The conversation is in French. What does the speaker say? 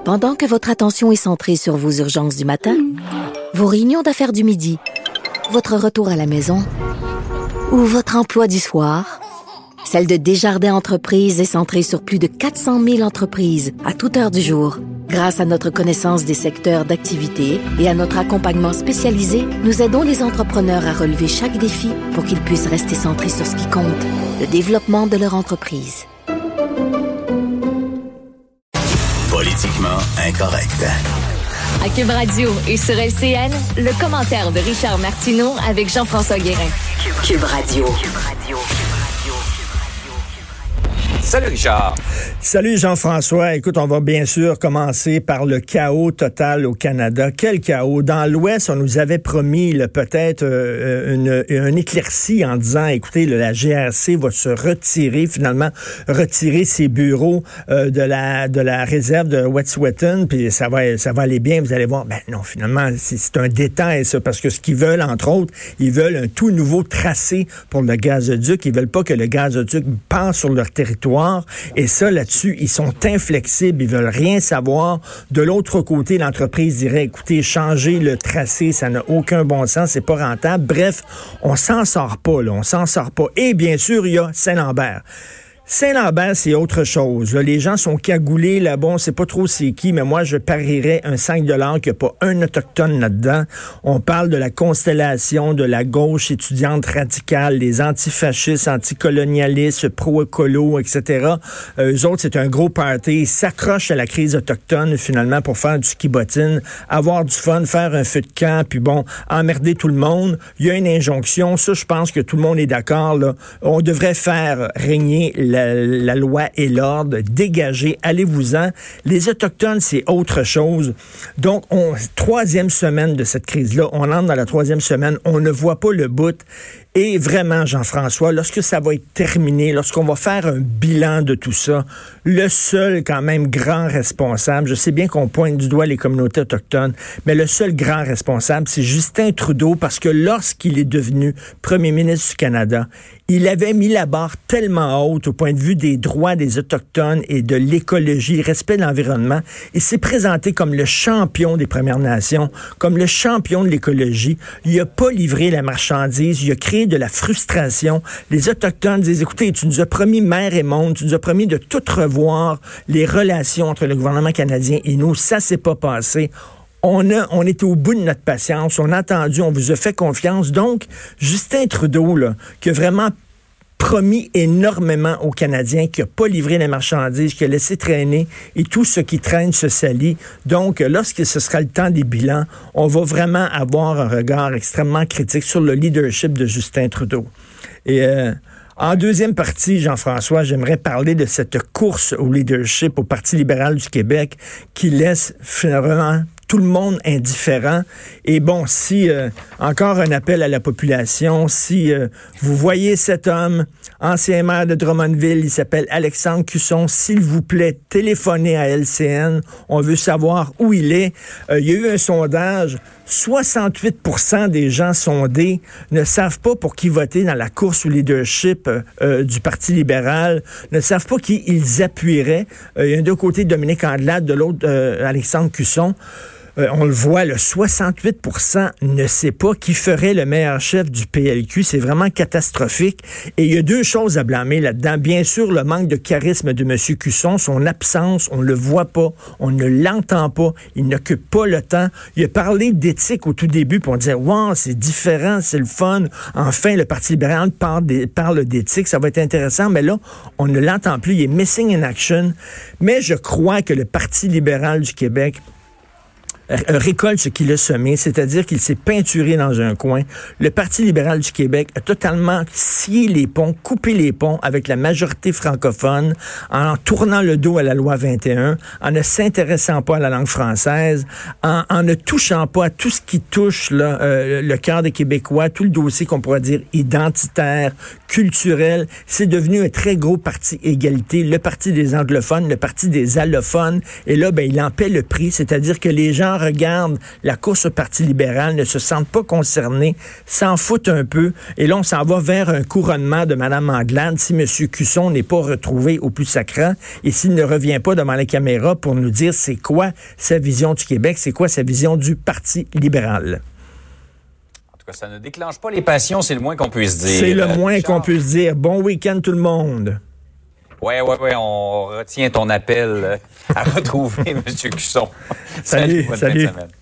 Pendant que votre attention est centrée sur vos urgences du matin, vos réunions d'affaires du midi, votre retour à la maison ou votre emploi du soir, celle de Desjardins Entreprises est centrée sur plus de 400 000 entreprises à toute heure du jour. Grâce à notre connaissance des secteurs d'activité et à notre accompagnement spécialisé, nous aidons les entrepreneurs à relever chaque défi pour qu'ils puissent rester centrés sur ce qui compte, le développement de leur entreprise. Politiquement incorrect. À Cube Radio et sur LCN, le commentaire de Richard Martineau avec Jean-François Guérin. Cube Radio. Salut Richard. Salut Jean-François. Écoute, on va bien sûr commencer par le chaos total au Canada. Quel chaos! Dans l'Ouest, on nous avait promis peut-être une éclaircie en disant, écoutez, la GRC va se retirer, finalement, retirer ses bureaux de la réserve de Wet'suwet'en, puis ça va aller bien. Vous allez voir, ben non, finalement, c'est un détail, ça, parce que ce qu'ils veulent, entre autres, ils veulent un tout nouveau tracé pour le gazoduc. Ils veulent pas que le gazoduc passe sur leur territoire. Et ça, là-dessus, ils sont inflexibles, ils veulent rien savoir. De l'autre côté, l'entreprise dirait, écoutez, changer le tracé, ça n'a aucun bon sens, c'est pas rentable. Bref, on s'en sort pas, là, on s'en sort pas. Et bien sûr, il y a Saint-Lambert. Saint-Lambert, c'est autre chose. Là, les gens sont cagoulés là-bas, on sait pas trop c'est qui, mais moi, je parierais un 5 $ qu'il n'y a pas un autochtone là-dedans. On parle de la constellation de la gauche étudiante radicale, les antifascistes, anticolonialistes, pro-écolo, etc. Eux autres, c'est un gros party. Ils s'accrochent à la crise autochtone, finalement, pour faire du ski-bottine, avoir du fun, faire un feu de camp, puis bon, emmerder tout le monde. Il y a une injonction. Ça, je pense que tout le monde est d'accord, là. On devrait faire régner la loi et l'ordre, dégagez, allez-vous-en. Les Autochtones, c'est autre chose. Donc, troisième semaine de cette crise-là, on entre dans la troisième semaine, on ne voit pas le bout. Et vraiment, Jean-François, lorsque ça va être terminé, lorsqu'on va faire un bilan de tout ça, le seul quand même grand responsable, je sais bien qu'on pointe du doigt les communautés autochtones, mais le seul grand responsable, c'est Justin Trudeau, parce que lorsqu'il est devenu premier ministre du Canada, il avait mis la barre tellement haute au point de vue des droits des Autochtones et de l'écologie, respect de l'environnement. Il s'est présenté comme le champion des Premières Nations, comme le champion de l'écologie. Il n'a pas livré la marchandise, il a créé de la frustration. Les Autochtones disent, écoutez, tu nous as promis mer et monde, tu nous as promis de tout revoir les relations entre le gouvernement canadien et nous. Ça s'est pas passé. On est au bout de notre patience, on a attendu, on vous a fait confiance. Donc, Justin Trudeau, là, qui a vraiment promis énormément aux Canadiens, qui n'a pas livré les marchandises, qui a laissé traîner, et tout ce qui traîne se salit. Donc, lorsque ce sera le temps des bilans, on va vraiment avoir un regard extrêmement critique sur le leadership de Justin Trudeau. Et en deuxième partie, Jean-François, j'aimerais parler de cette course au leadership au Parti libéral du Québec qui laisse finalement tout le monde indifférent. Et bon, si, encore un appel à la population, si vous voyez cet homme, ancien maire de Drummondville, il s'appelle Alexandre Cusson, s'il vous plaît, téléphonez à LCN, on veut savoir où il est. Il y a eu un sondage, 68% des gens sondés ne savent pas pour qui voter dans la course au leadership du Parti libéral, ne savent pas qui ils appuieraient. Il y a d'un côté Dominique Andelade, de l'autre Alexandre Cusson. On le voit, le 68% ne sait pas qui ferait le meilleur chef du PLQ. C'est vraiment catastrophique. Et il y a deux choses à blâmer là-dedans. Bien sûr, le manque de charisme de M. Cusson, son absence, on ne le voit pas, on ne l'entend pas, il n'occupe pas le temps. Il a parlé d'éthique au tout début, puis on disait, wow, c'est différent, c'est le fun. Enfin, le Parti libéral parle d'éthique, ça va être intéressant, mais là, on ne l'entend plus. Il est missing in action. Mais je crois que le Parti libéral du Québec récolte ce qu'il a semé, c'est-à-dire qu'il s'est peinturé dans un coin. Le Parti libéral du Québec a totalement scié les ponts, coupé les ponts avec la majorité francophone, en tournant le dos à la loi 21, en ne s'intéressant pas à la langue française, en ne touchant pas à tout ce qui touche là, le cœur des Québécois, tout le dossier qu'on pourrait dire identitaire, culturel. C'est devenu un très gros parti égalité, le parti des anglophones, le parti des allophones. Et là, ben, il en paie le prix, c'est-à-dire que les gens gens regardent la course au Parti libéral, ne se sentent pas concernés, s'en foutent un peu. Et là, on s'en va vers un couronnement de Mme Anglade si M. Cusson n'est pas retrouvé au plus sacrant et s'il ne revient pas devant les caméras pour nous dire c'est quoi sa vision du Québec, c'est quoi sa vision du Parti libéral. Ça ne déclenche pas les passions, c'est le moins qu'on puisse dire. C'est le moins qu'on puisse dire. Bon week-end tout le monde. Oui, on retient ton appel à retrouver M. Cusson. Salut.